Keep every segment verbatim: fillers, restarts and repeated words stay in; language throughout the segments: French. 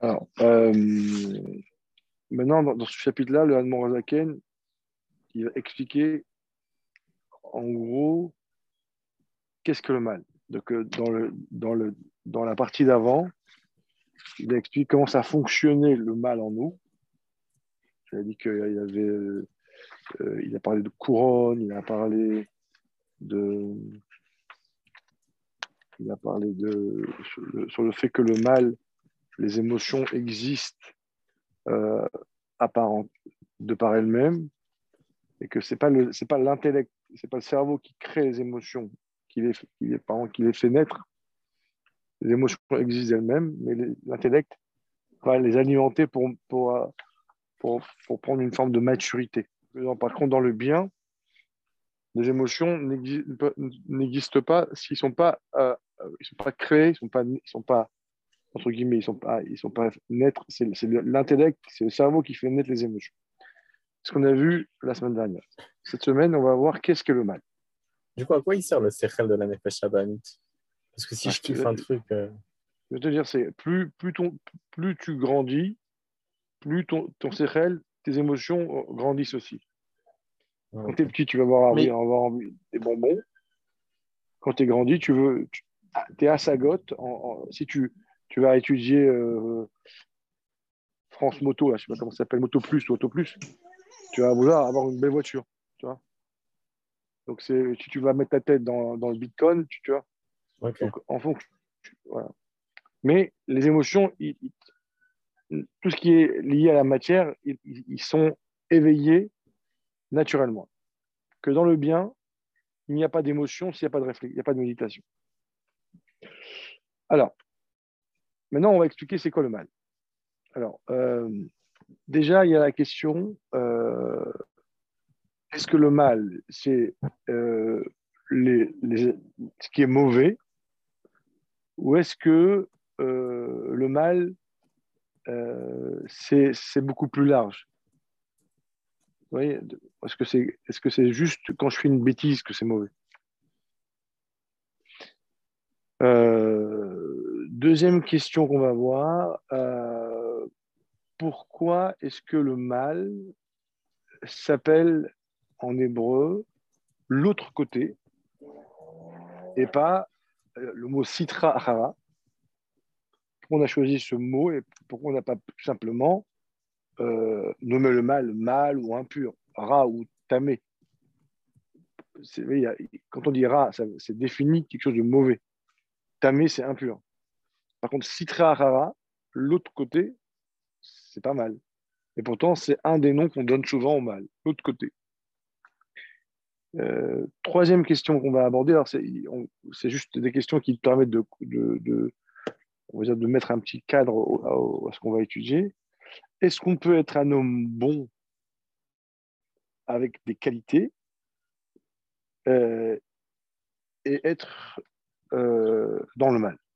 Alors, euh, maintenant, dans, dans ce chapitre-là, le Admor Hazaken, il va expliquer, en gros, qu'est-ce que le mal. Donc, euh, dans, le, dans, le, dans la partie d'avant, il explique comment ça fonctionnait le mal en nous. Il a dit qu'il y avait, euh, il a parlé de couronne, il a parlé de, il a parlé de sur le, sur le fait que le mal, les émotions existent euh, à part, de par elles-mêmes, et que c'est pas le, c'est pas l'intellect, c'est pas le cerveau qui crée les émotions, qui les, qui les, pardon, qui les fait naître. Les émotions existent elles-mêmes, mais les, l'intellect va les alimenter pour, pour, pour, pour prendre une forme de maturité. Par contre, dans le bien, les émotions n'existent pas s'ils sont pas, euh, ils sont pas créés, ils sont pas, ils sont pas entre guillemets, ils sont pas, ils sont pas naître. C'est, c'est l'intellect, c'est le cerveau qui fait naître les émotions. Ce qu'on a vu la semaine dernière. Cette semaine, on va voir qu'est-ce que le mal. Du coup, à quoi il sert le sechel de la nefesh habahamit? Parce que si Ah, je je, te, kiffe un truc. euh, je vais te dire, c'est plus, plus, ton, plus tu grandis, plus ton, ton sechel, tes émotions grandissent aussi. Quand tu es ok. petit, tu vas avoir envie, Mais avoir envie des bonbons. Quand tu es grandi, tu veux, tu es à Sagotte. En, en, si tu, tu vas étudier euh, France Moto, là, je sais pas comment ça s'appelle, Moto Plus ou Auto Plus, tu vas vouloir avoir une belle voiture. Tu vois. Donc, c'est, si tu vas mettre ta tête dans, dans le Bitcoin, tu, tu vois. ok. Donc, en fonction. Voilà. Mais les émotions, ils, ils, tout ce qui est lié à la matière, ils, ils sont éveillés naturellement. Que dans le bien, il n'y a pas d'émotion s'il n'y a pas de réflexion, il n'y a pas de méditation. Alors, maintenant, on va expliquer c'est quoi le mal. Alors, euh, déjà, il y a la question, euh, est-ce que le mal, c'est euh, les, les, ce qui est mauvais, ou est-ce que euh, le mal, euh, c'est, c'est beaucoup plus large? Vous voyez, est-ce que c'est, est-ce que c'est juste quand je fais une bêtise que c'est mauvais? Euh, deuxième question qu'on va voir, euh, pourquoi est-ce que le mal s'appelle en hébreu l'autre côté et pas euh, le mot sitra achara? Pourquoi on a choisi ce mot et pourquoi on n'a pas tout simplement euh, nommé le mal mal ou impur, ra ou tamé? C'est, il y a, quand on dit ra, ça, c'est défini quelque chose de mauvais. Tamé, c'est impur. Par contre, sitra achara, l'autre côté, c'est pas mal. Et pourtant, c'est un des noms qu'on donne souvent au mal, l'autre côté. Euh, troisième question qu'on va aborder, alors c'est, on, c'est juste des questions qui permettent de, de, de, on va dire de mettre un petit cadre au, au, à ce qu'on va étudier. Est-ce qu'on peut être un homme bon avec des qualités euh, et être euh, dans le mal?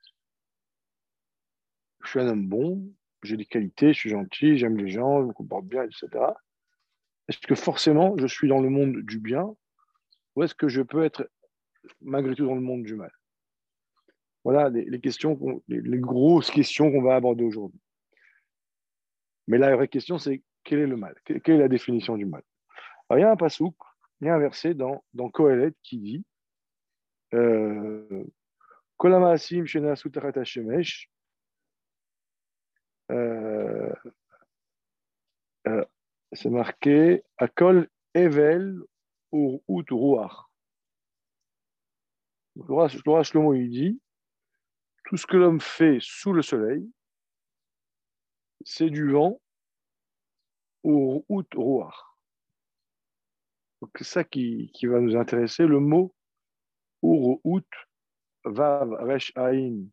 Je suis un homme bon, j'ai des qualités, je suis gentil, j'aime les gens, je me comporte bien, et cetera. Est-ce que forcément je suis dans le monde du bien ou est-ce que je peux être malgré tout dans le monde du mal? Voilà les, les questions, les, les grosses questions qu'on va aborder aujourd'hui. Mais la vraie question, c'est quel est le mal? Quelle est la définition du mal? Alors, il y a un passouk, il y a un verset dans, dans Kohelet qui dit euh, Kol hama'asim shenasu tachat hashemesh, euh, euh, c'est marqué Akol Evel Ur Ut Ruach. Le roi Shlomo, il dit tout ce que l'homme fait sous le soleil, c'est du vent Ur Ut Ruach. Donc, c'est ça qui, qui va nous intéresser. Le mot Ur Ut, Vav, Resh Ain,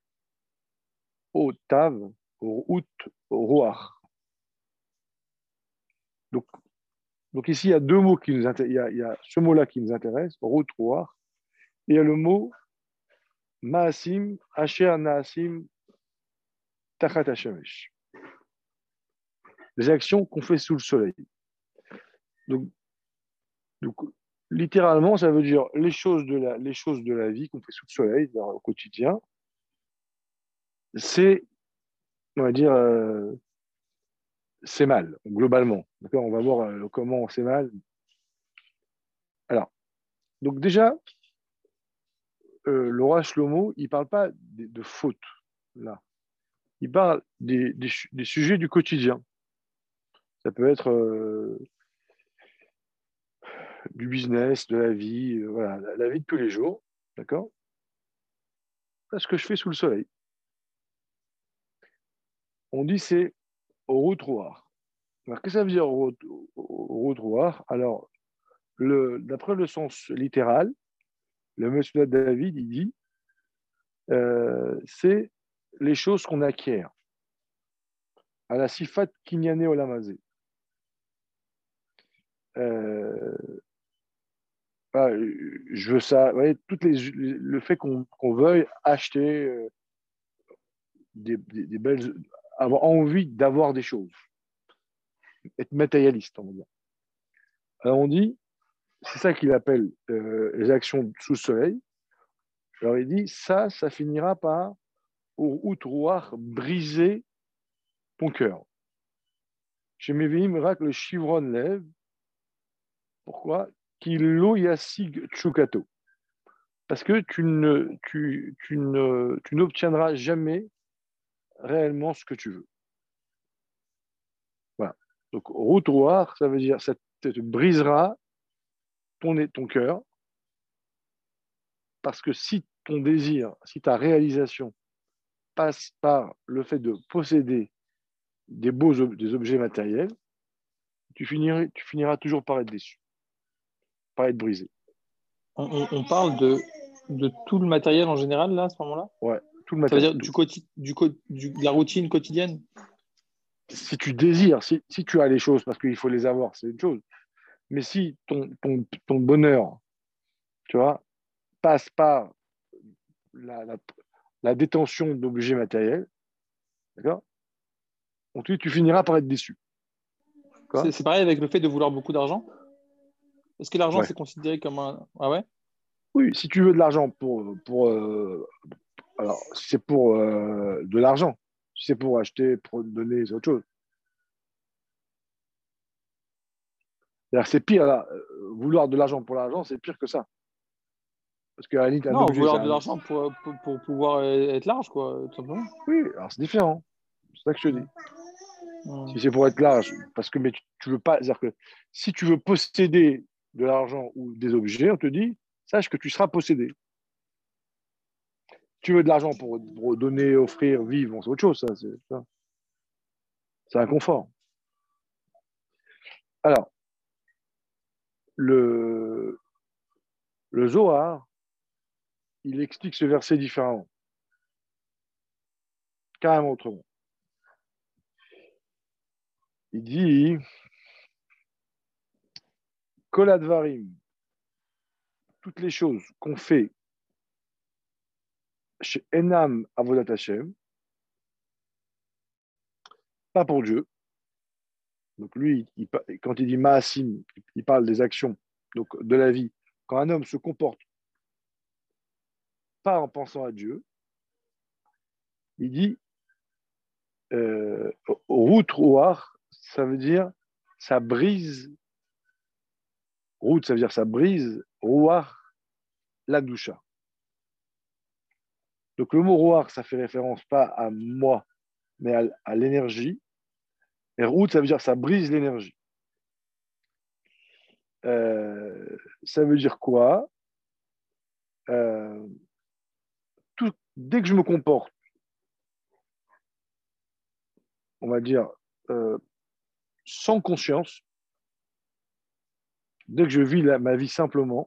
O Tav, Ur Ut Ruach. Donc, donc ici, il y a deux mots qui nous intéressent. Il y a, il y a ce mot-là qui nous intéresse, Ur Ut Ruach, et il y a le mot Maasim, Asher Naasim, Tachat Hashemesh. Les actions qu'on fait sous le soleil. Donc, donc, littéralement, ça veut dire les choses de la, les choses de la vie qu'on fait sous le soleil, au quotidien, c'est on va dire, euh, c'est mal, globalement. D'accord, on va voir euh, comment c'est mal. Alors, donc déjà, euh, le roi Shlomo, il ne parle pas de, de faute, là. Il parle des, des, des sujets du quotidien. Ça peut être euh, du business, de la vie, euh, voilà, la, la vie de tous les jours. D'accord? C'est ce que je fais sous le soleil. On dit c'est au routroir. Alors, qu'est-ce que ça veut dire au routroir? Alors, le, d'après le sens littéral, le monsieur David, il dit euh, c'est les choses qu'on acquiert. À la sifat kinyane olamazé. Euh, ah, je veux ça, vous voyez, toutes les, le fait qu'on qu'on veuille acheter euh, des, des, des belles, avoir envie d'avoir des choses, être matérialiste, on va dire. Alors on dit, c'est ça qu'il appelle euh, les actions sous le soleil. Alors il dit, ça, ça finira par, au outrouar, briser ton cœur. Chez Meviim, rak le chivron lève. Pourquoi? Kilo yasig chukato. Parce que tu ne, tu, tu ne, tu n'obtiendras jamais réellement ce que tu veux. Voilà. Donc, routoir, ça veut dire ça te, te brisera ton, ton cœur, parce que si ton désir, si ta réalisation passe par le fait de posséder des beaux des objets matériels, tu finiras, tu finiras toujours par être déçu, par être brisé. On, on- on parle de, de tout le matériel en général, là, à ce moment-là? Ouais, tout le Ça veut matériel. dire Tout. du, quoti- du, co- du- de la routine quotidienne? Si tu désires, si, si tu as les choses parce qu'il faut les avoir, c'est une chose. Mais si ton, ton, ton bonheur, tu vois, passe par la, la, la détention d'objets matériels, d'accord? Ensuite, tu finiras par être déçu. C'est Quoi? c'est pareil avec le fait de vouloir beaucoup d'argent? Est-ce que l'argent, Ouais. c'est considéré comme un... Ah ouais? Oui, si tu veux de l'argent pour, pour euh, alors si c'est pour euh, de l'argent, si c'est pour acheter, pour donner, c'est autre chose. C'est-à-dire, c'est pire là. Euh, Vouloir de l'argent pour l'argent, c'est pire que ça. Parce qu'à la limite, un Non, objet, c'est vouloir de un. l'argent pour, pour, pour pouvoir être large, quoi, tout simplement. Oui, alors c'est différent. C'est ça que je te dis. Hmm. Si c'est pour être large, parce que mais tu, tu veux pas, c'est-à-dire que si tu veux posséder de l'argent ou des objets, on te dit, sache que tu seras possédé. Tu veux de l'argent pour, pour donner, offrir, vivre, c'est autre chose, ça. C'est, ça. C'est un confort. Alors, le, le Zohar, il explique ce verset différemment, carrément autrement. Il dit, Koladvarim, toutes les choses qu'on fait chez Enam Avodat Hashem, pas pour Dieu. Donc lui, il, quand il dit Maasim, il parle des actions, donc de la vie. Quand un homme se comporte pas en pensant à Dieu, il dit euh, route rouar, ça veut dire ça brise, route, ça veut dire ça brise, rouar, la doucha. Donc le mot rouar, ça fait référence pas à moi, mais à, à l'énergie. Et route, ça veut dire ça brise l'énergie. Euh, ça veut dire quoi? euh, tout, Dès que je me comporte, on va dire, euh, sans conscience, dès que je vis la, ma vie simplement,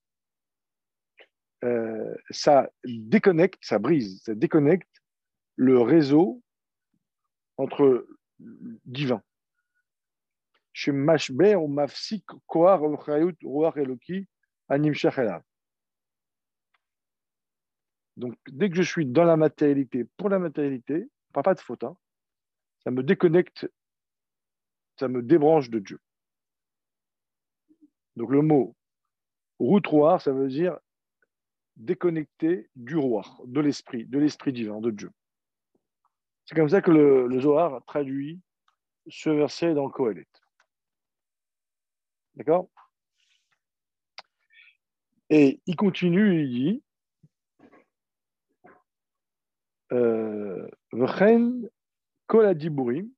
euh, ça déconnecte, ça brise, ça déconnecte le réseau entre divin. Chez Mashber ou Mafsik, Koar, Chayut, Ruach Eloki, Anim Shachelav. Donc, dès que je suis dans la matérialité, pour la matérialité, pas, pas de faute, hein, ça me déconnecte, ça me débranche de Dieu. Donc, le mot routroir, ça veut dire déconnecté du roi, de l'esprit, de l'esprit divin, de Dieu. C'est comme ça que le, le Zohar traduit ce verset dans Kohelet. D'accord? Et il continue, il dit V'chen kol hadiburim,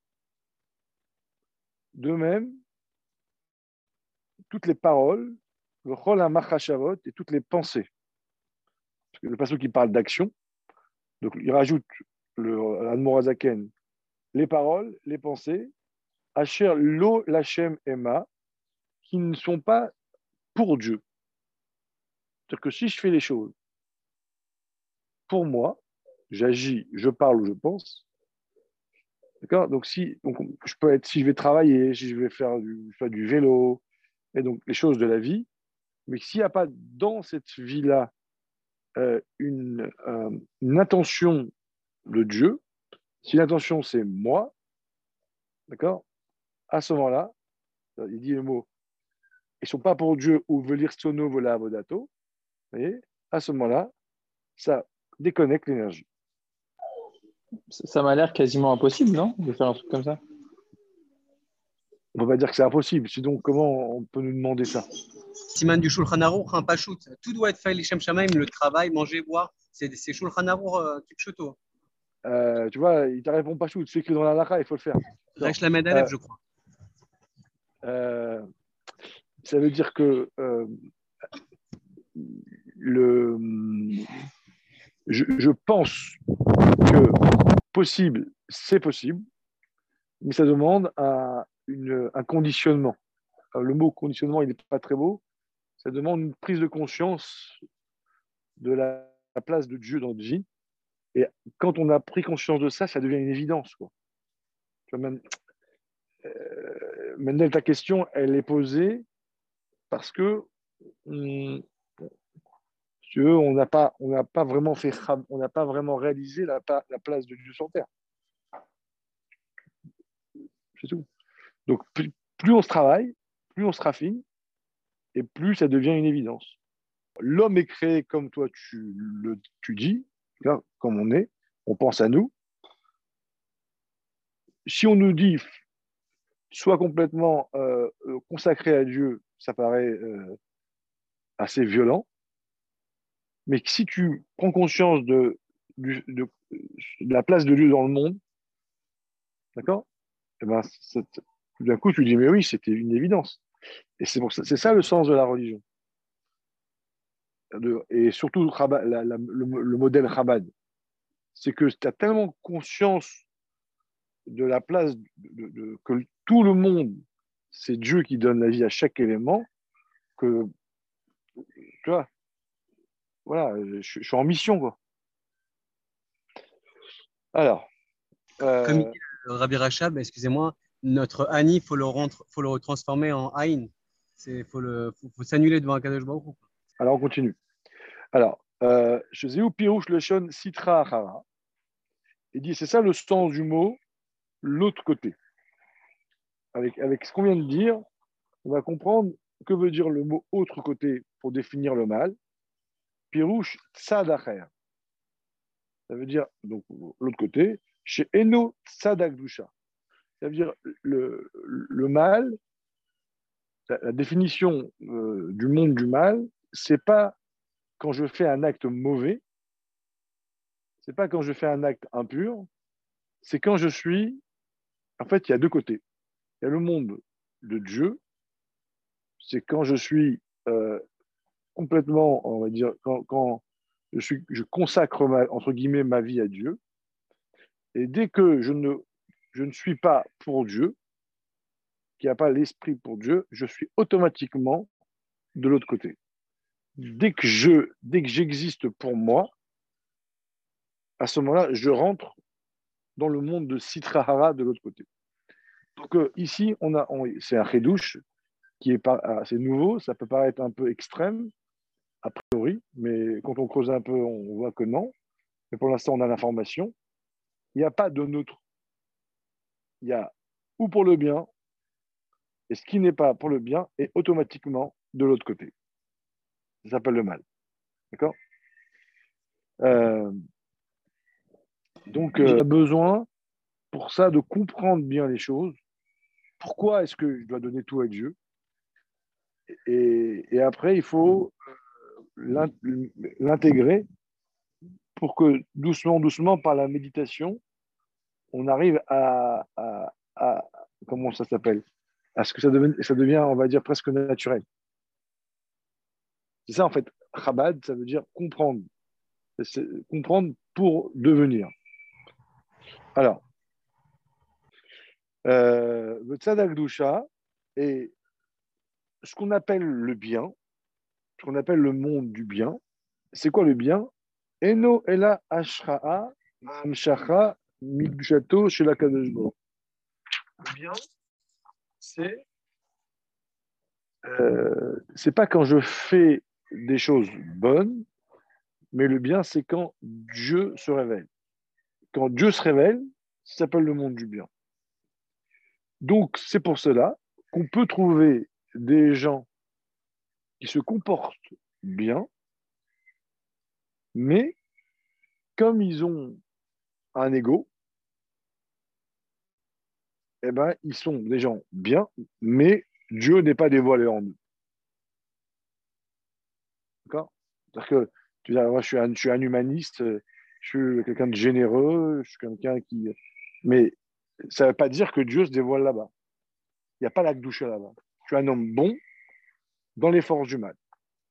de même, toutes les paroles, v'chol hamachashavot, et toutes les pensées. Parce que le passage qui parle d'action, donc il rajoute le Admorazaken, les paroles, les pensées, Asher lo lachem ema, qui ne sont pas pour Dieu. C'est-à-dire que si je fais les choses pour moi, j'agis, je parle ou je pense, d'accord? Donc si donc je peux être, si je vais travailler, si je vais faire du, faire du vélo, et donc les choses de la vie, mais s'il n'y a pas dans cette vie-là euh, une, euh, une intention de Dieu, si l'intention c'est moi, d'accord? À ce moment-là, il dit le mot, ils ne sont pas pour Dieu ou velir sono vola avodato, vous voyez? À ce moment-là, ça déconnecte l'énergie. Ça, ça m'a l'air quasiment impossible, non, de faire un truc comme ça? On ne peut pas dire que c'est impossible. Sinon, comment on peut nous demander ça? Siman du Shulchan Aruch, un pachout. Tout doit être fait, les Shem Shamaim, le travail, manger, boire. C'est, c'est Shulchan Aruch, euh, Kipchuto. Euh, tu vois, il ne te répond pas chou. C'est écrit dans la Lacha, il faut le faire. Resh la Medalev, je crois. Euh, ça veut dire que euh, le, je, je pense que possible, c'est possible, mais ça demande un, une, un conditionnement. Alors, le mot conditionnement, il n'est pas très beau. Ça demande une prise de conscience de la, la place de Dieu dans notre vie. Et quand on a pris conscience de ça, ça devient une évidence, quoi. Tu vois, même, euh, Mendel, ta question, elle est posée parce que on, si tu veux, on n'a pas, on n'a pas vraiment fait, on n'a pas vraiment réalisé la, la place de Dieu sur terre. C'est tout. Donc, plus, plus on se travaille, plus on se raffine, et plus ça devient une évidence. L'homme est créé comme toi, tu le, tu dis, comme on est, on pense à nous. Si on nous dit sois complètement euh, consacré à Dieu, ça paraît euh, assez violent. Mais si tu prends conscience de, de, de, de la place de Dieu dans le monde, d'accord? Eh ben, tout d'un coup, tu dis, mais oui, c'était une évidence. Et c'est, pour ça, c'est ça le sens de la religion. De, et surtout Chabad, la, la, le, le modèle Chabad. C'est que tu as tellement conscience de la place, de, de, de, que tout le monde, c'est Dieu qui donne la vie à chaque élément, que, tu vois, voilà, je, je suis en mission, quoi. Alors. Euh, Comme il dit le Rabbi Rachab, excusez-moi, notre Ani, il faut le, rentre, faut le retransformer en Aïn. Il faut, le, faut, faut s'annuler devant un Kadosh Baruch Hu. Alors, on continue. Alors, je sais où Pirouche le Shon Sitra Achara. Il dit, c'est ça le sens du mot, l'autre côté. Avec, avec ce qu'on vient de dire, on va comprendre que veut dire le mot autre côté pour définir le mal. Pirouche Tzadacher. Ça veut dire, donc, l'autre côté, chez Eno Tzadakdusha. Ça veut dire le, le mal, la, la définition euh, du monde du mal, c'est pas quand je fais un acte mauvais, c'est pas quand je fais un acte impur, c'est quand je suis. En fait, il y a deux côtés. Il y a le monde de Dieu, c'est quand je suis euh, complètement, on va dire, quand, quand je, suis, je consacre, ma, entre guillemets, ma vie à Dieu. Et dès que je ne, je ne suis pas pour Dieu, qu'il n'y a pas l'esprit pour Dieu, je suis automatiquement de l'autre côté. Dès que je, dès que j'existe pour moi, à ce moment-là, je rentre dans le monde de Sitrahara de l'autre côté. Donc euh, ici, on a, on, c'est un chedouche qui est pas assez nouveau, ça peut paraître un peu extrême, a priori, mais quand on creuse un peu, on voit que non. Mais pour l'instant, on a l'information. Il n'y a pas de neutre. Il y a ou pour le bien, et ce qui n'est pas pour le bien est automatiquement de l'autre côté. Ça s'appelle le mal. D'accord? euh, Donc, euh, on a besoin pour ça de comprendre bien les choses. Pourquoi est-ce que je dois donner tout à Dieu? Et, et après, il faut l'intégrer pour que doucement, doucement, par la méditation, on arrive à, à, à comment ça s'appelle? À ce que ça devient, ça devient, on va dire, presque naturel. C'est ça, en fait. Chabad, ça veut dire comprendre. C'est comprendre pour devenir. Alors, euh, le Tzadak Dusha est ce qu'on appelle le bien, ce qu'on appelle le monde du bien. C'est quoi le bien? Eno ela ashra'a amshacha mikdushato chez la Kadosh Baruch. Le bien, c'est euh, c'est pas quand je fais des choses bonnes, mais le bien, c'est quand Dieu se révèle. Quand Dieu se révèle, ça s'appelle le monde du bien. Donc, c'est pour cela qu'on peut trouver des gens qui se comportent bien, mais comme ils ont un ego, eh ben, ils sont des gens bien, mais Dieu n'est pas dévoilé en eux. D'accord? C'est-à-dire que tu dis, moi, je suis, un, je suis un humaniste, je suis quelqu'un de généreux, je suis quelqu'un qui. Mais ça ne veut pas dire que Dieu se dévoile là-bas. Il n'y a pas la douche là-bas. Je suis un homme bon dans les forces du mal.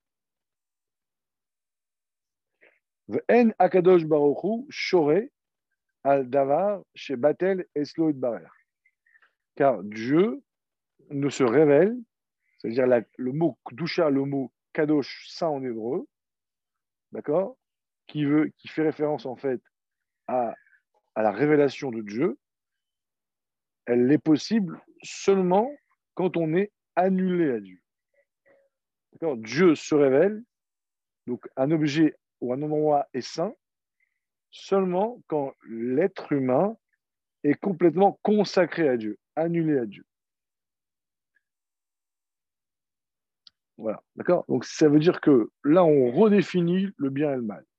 Ve'en akadosh baruchu shore al davar chez Batel eslo barer. Car Dieu ne se révèle, c'est-à-dire la, le mot doucha, le mot kadosh, saint en hébreu, d'accord, qui veut, qui fait référence en fait à, à la révélation de Dieu. Elle est possible seulement quand on est annulé à Dieu. D'accord? Dieu se révèle, donc un objet ou un endroit est saint seulement quand l'être humain est complètement consacré à Dieu, annulé à Dieu. Voilà, d'accord? Donc ça veut dire que là, on redéfinit le bien et le mal.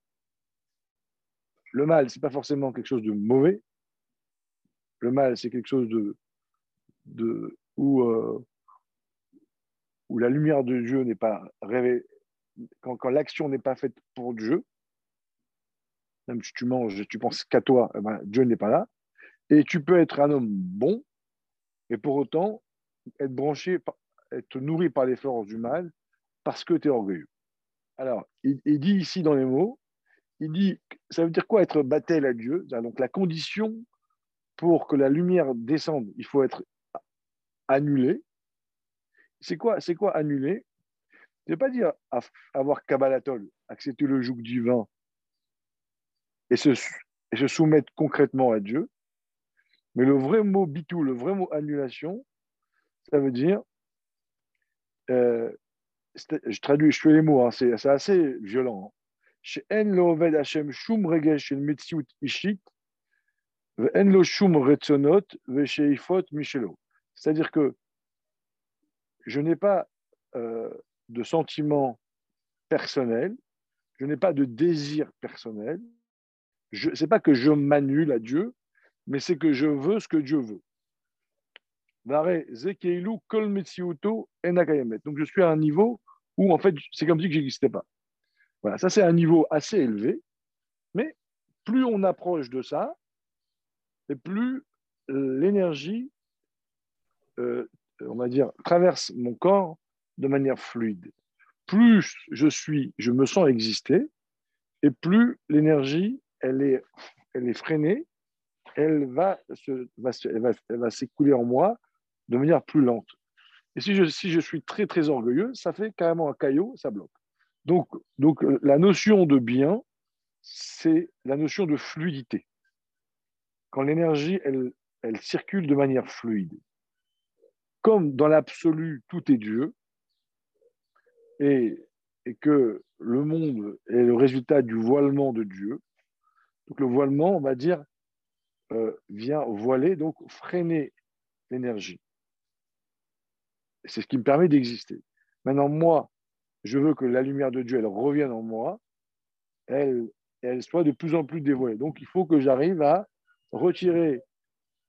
Le mal, c'est pas forcément quelque chose de mauvais. Le mal, c'est quelque chose de, de où, euh, où la lumière de Dieu n'est pas révélée, quand, quand l'action n'est pas faite pour Dieu. Même si tu manges et tu penses qu'à toi, eh ben, Dieu n'est pas là. Et tu peux être un homme bon, et pour autant être branché, être nourri par les forces du mal parce que tu es orgueilleux. Alors, il, il dit ici dans les mots, il dit, ça veut dire quoi être battel à Dieu? Donc la condition pour que la lumière descende, il faut être annulé. C'est quoi, c'est quoi annulé? Je ne veux pas dire avoir Kabbalatol, accepter le joug divin et se, et se soumettre concrètement à Dieu. Mais le vrai mot bitou, le vrai mot annulation, ça veut dire, euh, je traduis, je fais les mots, hein, c'est, c'est assez violent. En lo Hashem shum regesh shel metziut ishit, ve'en lo shum retzonot ve'sheifot mishelo. C'est-à-dire que je n'ai pas euh, de sentiment personnel, je n'ai pas de désir personnel. Ce n'est pas que je m'annule à Dieu, mais c'est que je veux ce que Dieu veut. Donc je suis à un niveau où en fait c'est comme si je n'existais pas. Voilà, ça c'est un niveau assez élevé, mais plus on approche de ça, et plus l'énergie, euh, on va dire, traverse mon corps de manière fluide. Plus je suis, je me sens exister, et plus l'énergie, elle est, elle est freinée, elle va, se, va, se, elle va, elle va s'écouler en moi de manière plus lente. Et si je, si je suis très, très orgueilleux, ça fait carrément un caillot, ça bloque. Donc, donc la notion de bien, c'est la notion de fluidité. Quand l'énergie, elle, elle circule de manière fluide. Comme dans l'absolu, tout est Dieu, et, et que le monde est le résultat du voilement de Dieu. Donc le voilement, on va dire, euh, vient voiler, donc freiner l'énergie. C'est ce qui me permet d'exister. Maintenant, moi, je veux que la lumière de Dieu, elle revienne en moi, elle, elle soit de plus en plus dévoilée. Donc, il faut que j'arrive à retirer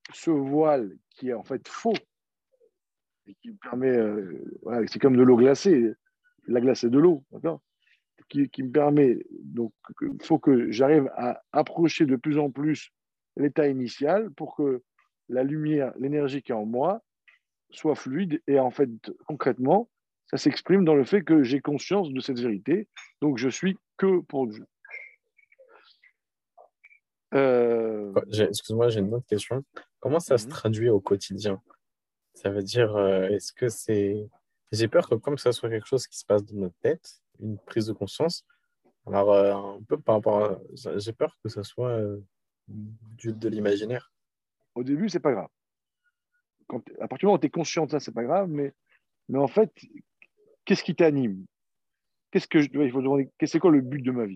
ce voile qui est en fait faux et qui me permet, euh, voilà, c'est comme de l'eau glacée, la glace c'est de l'eau, d'accord, qui, qui me permet, donc il faut que j'arrive à approcher de plus en plus l'état initial pour que la lumière, l'énergie qui est en moi soit fluide et en fait concrètement, ça s'exprime dans le fait que j'ai conscience de cette vérité, donc je suis que pour Dieu. Euh... J'ai- Excuse-moi, j'ai une autre question. Comment ça se mhm. traduit au quotidien? Ça veut dire, euh, est-ce que c'est... J'ai peur que comme ça soit quelque chose qui se passe dans notre tête, une prise de conscience, alors euh, un peu par rapport à... J'ai peur que ça soit euh, du, de l'imaginaire. Au début, c'est pas grave. Quand, à partir du moment où tu es conscient de ça, c'est pas grave, mais, mais en fait, qu'est-ce qui t'anime? Qu'est-ce que je, il faut demander, c'est quoi le but de ma vie?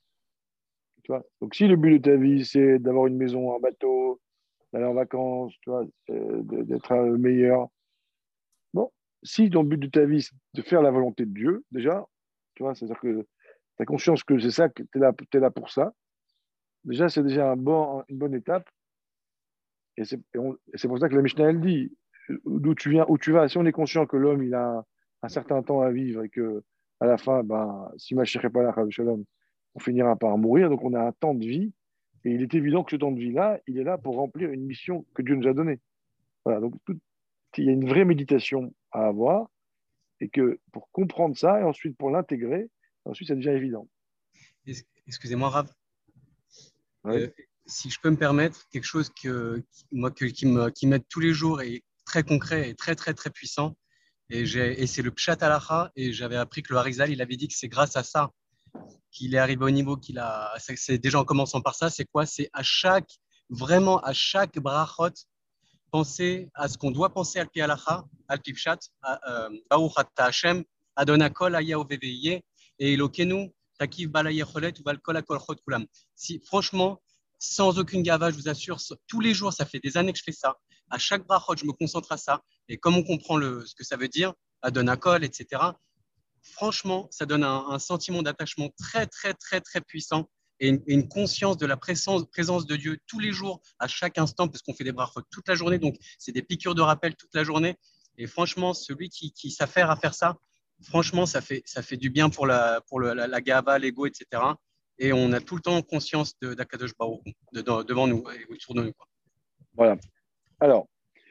Tu vois. Donc, si le but de ta vie, c'est d'avoir une maison, un bateau, d'aller en vacances, tu vois, euh, d'être euh, meilleur, bon, si ton but de ta vie, c'est de faire la volonté de Dieu, déjà, tu vois, c'est-à-dire que tu as conscience que c'est ça, que tu es là, t'es là pour ça, déjà, c'est déjà un bon, une bonne étape. Et c'est, et on- et c'est pour ça que la Mishnah, elle dit, d'où tu viens, où tu vas. Si on est conscient que l'homme, il a un, un certain temps à vivre et que à la fin, ben, si ma chère n'est pas là, Shalom, on finira par mourir. Donc, on a un temps de vie. Et il est évident que ce temps de vie-là, il est là pour remplir une mission que Dieu nous a donnée. Voilà, donc tout- il y a une vraie méditation à avoir et que pour comprendre ça et ensuite pour l'intégrer, ensuite ça devient évident. Es- Excusez-moi, Rav. Oui. Euh, si je peux me permettre, quelque chose que, qui, moi, que- qui me, qui m'aide tous les jours et très concret et très, très, très puissant. Et, j'ai, et c'est le Pshat Halacha. Et j'avais appris que le Harizal, il avait dit que c'est grâce à ça qu'il est arrivé au niveau qu'il a. C'est c'est déjà en commençant par ça, c'est quoi? C'est à chaque, vraiment à chaque brachot, penser à ce qu'on doit penser al pi halacha, al pi pshat, Baruch ata Hashem, Adonai kol haya uveveye, et Elokenu, takiv bala yecholet, uval kol hakol chot kulam. Si, franchement, sans aucune gava, je vous assure, tous les jours, ça fait des années que je fais ça. À chaque brachot, je me concentre à ça. Et comme on comprend le, ce que ça veut dire, Adonai kol, et cetera, franchement, ça donne un, un sentiment d'attachement très, très, très, très puissant et une, et une conscience de la présence, présence de Dieu tous les jours, à chaque instant, parce qu'on fait des brachot toute la journée, donc c'est des piqûres de rappel toute la journée. Et franchement, celui qui, qui s'affaire à faire ça, franchement, ça fait, ça fait du bien pour la, pour le, la, la gava, l'ego, et cetera. Et on a tout le temps conscience de, d'Akadosh Baruch Hu, de, de, devant nous et autour de nous. Quoi. Voilà. Alors,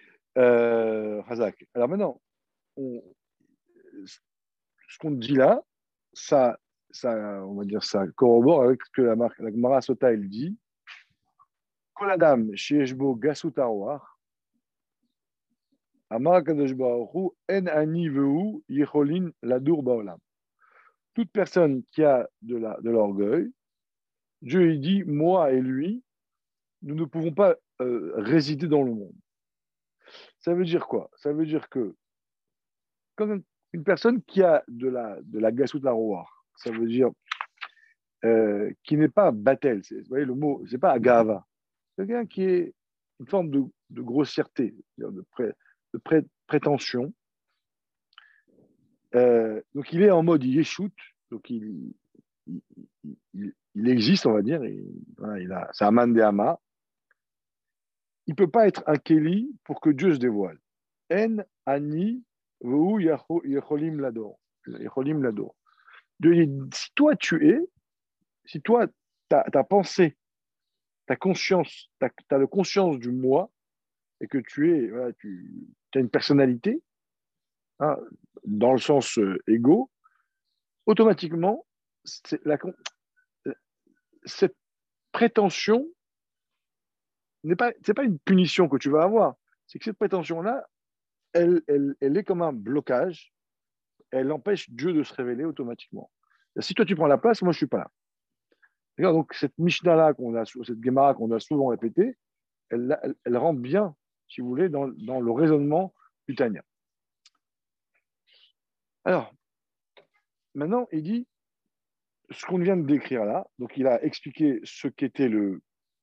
euh, Razak, alors maintenant, on, ce qu'on dit là, ça, ça, on va dire, ça corrobore avec ce que la, marque, la Gemara Sota, elle dit. Koladam, Shieshbo Gasut Aroar, Amar Kadosh Baruch Hu, En Ani Vehu, Yecholin Ladur Baolam. Toute personne qui a de, la, de l'orgueil, Dieu il dit, moi et lui, nous ne pouvons pas euh, résider dans le monde. Ça veut dire quoi? Ça veut dire que comme une personne qui a de la, de la Gasut Aroar, ça veut dire euh, qui n'est pas Batel, c'est, vous voyez le mot, c'est pas Agava. C'est quelqu'un qui est une forme de, de grossièreté, de, pré, de pré, prétention. Euh, donc il est en mode yeshut, donc il, il, il, il existe, on va dire. Il, voilà, il a, c'est un man de Hama. Il ne peut pas être un Kéli pour que Dieu se dévoile. En ani veu yecholim lador. Yecholim lador. Si toi tu es, si toi ta, ta pensée, ta conscience, tu as la conscience du moi et que tu es, voilà, tu as une personnalité, hein, dans le sens euh, égo, automatiquement, c'est la, cette prétention n'est pas, c'est pas une punition que tu vas avoir. C'est que cette prétention-là, elle, elle, elle est comme un blocage. Elle empêche Dieu de se révéler automatiquement. Et si toi tu prends la place, moi je suis pas là. Regarde, donc cette Mishnah-là, qu'on a, cette Gemara qu'on a souvent répétée, elle, elle, elle rentre bien, si vous voulez, dans, dans le raisonnement du Tanya. Alors, maintenant, il dit ce qu'on vient de décrire là. Donc, il a expliqué ce qu'était le,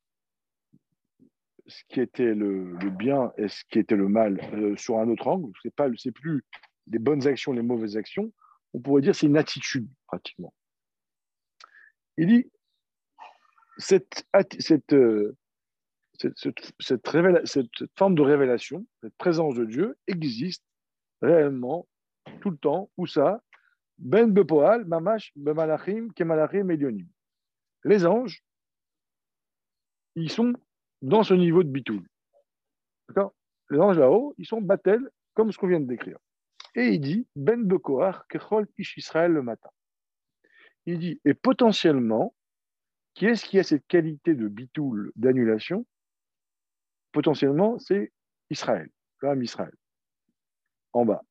ce qui était le, le bien et ce qui était le mal euh, sur un autre angle. C'est pas, c'est plus les bonnes actions, les mauvaises actions. On pourrait dire c'est une attitude pratiquement. Il dit cette, cette, euh, cette, cette, cette, révéla, cette, cette forme de révélation, cette présence de Dieu existe réellement tout le temps. Où ça? Ben bepoal, mamash, bemalachim, kemalachim, elionim. Les anges, ils sont dans ce niveau de bitoul. D'accord? Les anges là-haut, ils sont batel, comme ce qu'on vient de décrire. Et il dit, ben bekoach, kechol ish Israël le matin. Il dit, et potentiellement, qui est-ce qui a cette qualité de bitoul, d'annulation? Potentiellement, c'est Israël, l'âme Israël. En bas.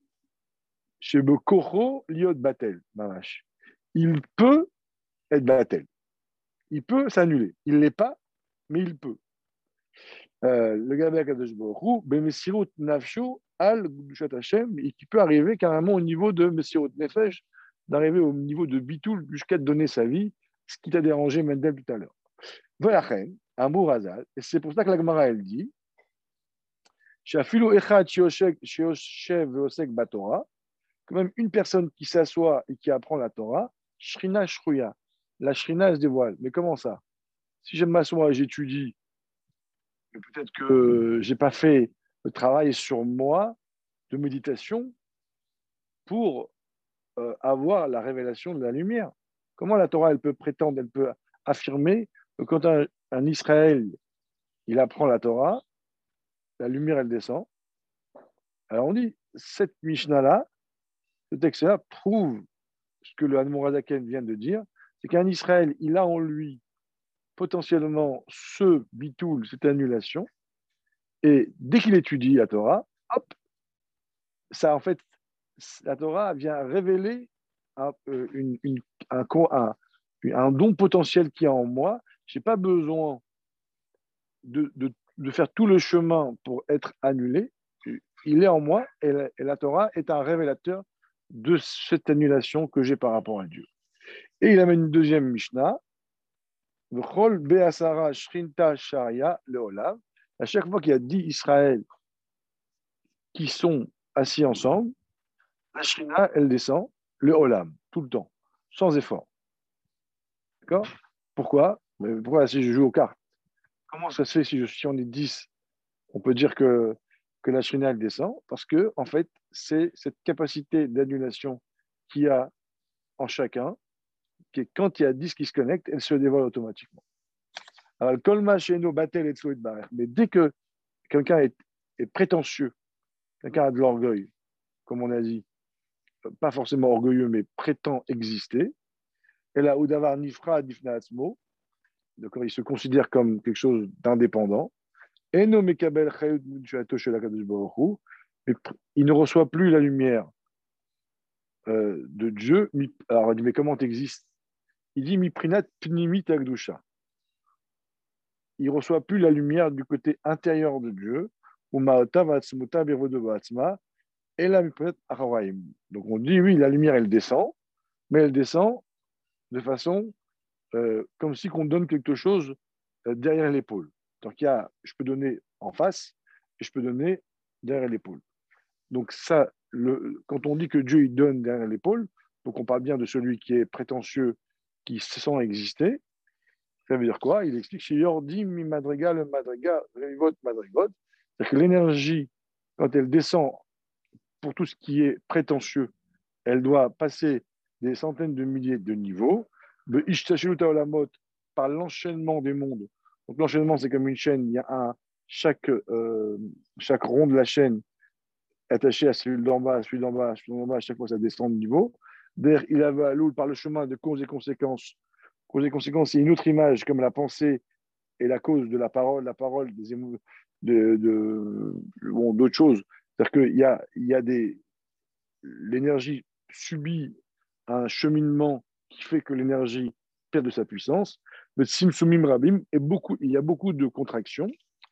Chez Bekocho, liot batel, mamash. Il peut être batel. Il peut s'annuler. Il ne l'est pas, mais il peut. Euh, le Gabé Kadosh Baruch Hu, Bemesirut Nafsho, Al Gdushat Hashem, et qui peut arriver carrément au niveau de Mesirut Nefesh, d'arriver au niveau de Bitoul jusqu'à te donner sa vie, ce qui t'a dérangé Mendel tout à l'heure. Velachen, Amour Hazal, et c'est pour ça que la Gemara elle dit, Shafilu Echad Sheoshev Veosek Batora, que même une personne qui s'assoit et qui apprend la Torah, Shrina Shruya, la Shrina se dévoile. Mais comment ça? Si je m'assois et j'étudie, peut-être que je n'ai pas fait le travail sur moi de méditation pour euh, avoir la révélation de la lumière. Comment la Torah elle peut prétendre, elle peut affirmer que quand un, un Israël il apprend la Torah, la lumière elle descend. Alors on dit, cette Mishnah-là, ce texte-là prouve ce que le Hanmourazaken vient de dire, c'est qu'un Israël, il a en lui potentiellement ce bitoul, cette annulation, et dès qu'il étudie la Torah, hop, ça en fait, la Torah vient révéler un, une, une, un, un, un don potentiel qu'il y a en moi. Je n'ai pas besoin de, de, de faire tout le chemin pour être annulé. Il est en moi et la, et la Torah est un révélateur de cette annulation que j'ai par rapport à Dieu. Et il amène une deuxième Mishnah. V'chol be'asara shrinta sharia le'olav. À chaque fois qu'il y a dix Israël qui sont assis ensemble, la shrina, elle descend le olam, tout le temps, sans effort. D'accord? Pourquoi? Mais pourquoi si je joue aux cartes? Comment ça se fait si, je, si on est dix, on peut dire que, que la shrina, elle descend? Parce que, en fait, c'est cette capacité d'annulation qu'il y a en chacun, qui quand il y a dix qui se connectent, elle se dévoile automatiquement. Alors, le kolma sheno batel et tsoit barer. Mais dès que quelqu'un est, est prétentieux, quelqu'un a de l'orgueil, comme on a dit, pas forcément orgueilleux, mais prétend exister, et là, Oudavar Nifra Difna Atzmo, d'accord, il se considère comme quelque chose d'indépendant, et no Mekabel Chayut Munshato Shel HaKadosh Baruch Hu, il ne reçoit plus la lumière euh, de Dieu. Alors, il dit, mais comment tu existes? Il dit, Miprinat Pnimit Agdusha. Il ne reçoit plus la lumière du côté intérieur de Dieu, ou Maota Vatsmuta Birvodo Vatsma, et là, Miprinat Achawaim. Donc, on dit, oui, la lumière, elle descend, mais elle descend de façon euh, comme si qu'on donne quelque chose euh, derrière l'épaule. Donc, il y a, je peux donner en face et je peux donner derrière l'épaule. Donc, ça, le, quand on dit que Dieu il donne derrière l'épaule, donc on parle bien de celui qui est prétentieux, qui se sent exister. Ça veut dire quoi? Il explique chez Yordim, mi madriga, le madriga, revivot, madrigot. C'est-à-dire que l'énergie, quand elle descend pour tout ce qui est prétentieux, elle doit passer des centaines de milliers de niveaux, par l'enchaînement des mondes. Donc l'enchaînement, c'est comme une chaîne, il y a un, chaque, euh, chaque rond de la chaîne attaché à celui d'en bas, à celui d'en bas, à celui d'en bas, à chaque fois ça descend de niveau. D'ailleurs, il a loul par le chemin de causes et conséquences. Causes et conséquences, c'est une autre image, comme la pensée et la cause de la parole, la parole des émo... de, de, bon, d'autres choses. C'est-à-dire qu'il y a, il y a des... L'énergie subit un cheminement qui fait que l'énergie perd de sa puissance. Le simsumim rabim, et beaucoup, il y a beaucoup de contractions.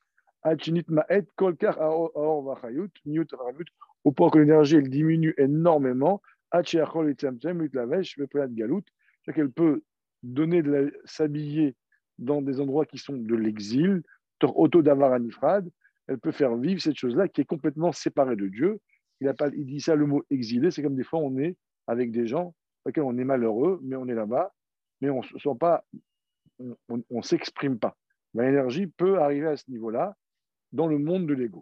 Au point que l'énergie elle diminue énormément. Qu'elle peut donner de la, s'habiller dans des endroits qui sont de l'exil, elle peut faire vivre cette chose-là qui est complètement séparée de Dieu. Il, a pas, il dit ça le mot exilé, c'est comme des fois on est avec des gens avec lesquels on est malheureux, mais on est là-bas, mais on ne sent pas, on ne s'exprime pas. L'énergie peut arriver à ce niveau-là dans le monde de l'ego.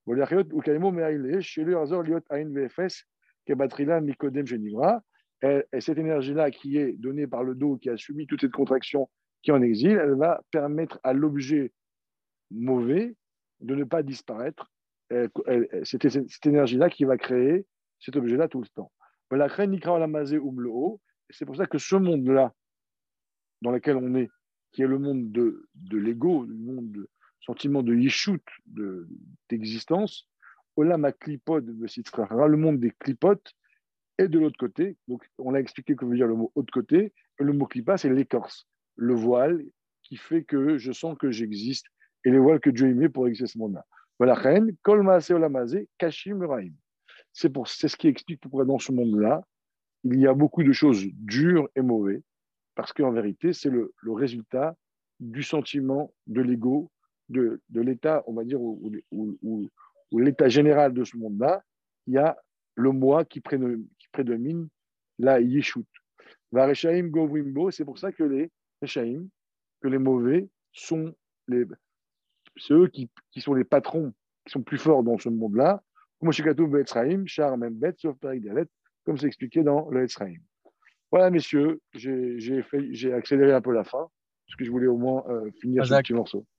Et cette énergie-là qui est donnée par le dos, qui a subi toute cette contraction, qui est en exil, elle va permettre à l'objet mauvais de ne pas disparaître. C'est cette énergie-là qui va créer cet objet-là tout le temps. C'est pour ça que ce monde-là, dans lequel on est, qui est le monde de, de l'ego, le monde de sentiment de yishut, de, d'existence, Olam HaKlipot de Sitzrachara, le monde des klipotes, et de l'autre côté, donc on a expliqué que veut dire le mot autre côté, et le mot klipa, c'est l'écorce, le voile qui fait que je sens que j'existe, et le voile que Dieu a mis pour exister ce monde-là. Voilà, Kol Maase Olam Hazeh, Kashim Uraim. C'est pour, c'est ce qui explique pourquoi dans ce monde-là, il y a beaucoup de choses dures et mauvaises, parce qu'en vérité, c'est le, le résultat du sentiment de l'ego, de, de l'état, on va dire, où, où, où, où l'état général de ce monde-là, il y a le moi qui prédomine, qui prédomine la yeshut. Vareshaim govrimbo, c'est pour ça que les reshaim, que les mauvais, sont les, c'est eux qui, qui sont les patrons, qui sont plus forts dans ce monde-là. Comme c'est expliqué dans le Etzraim. Voilà, messieurs, j'ai, j'ai, fait, j'ai accéléré un peu la fin, parce que je voulais au moins euh, finir ce petit morceau.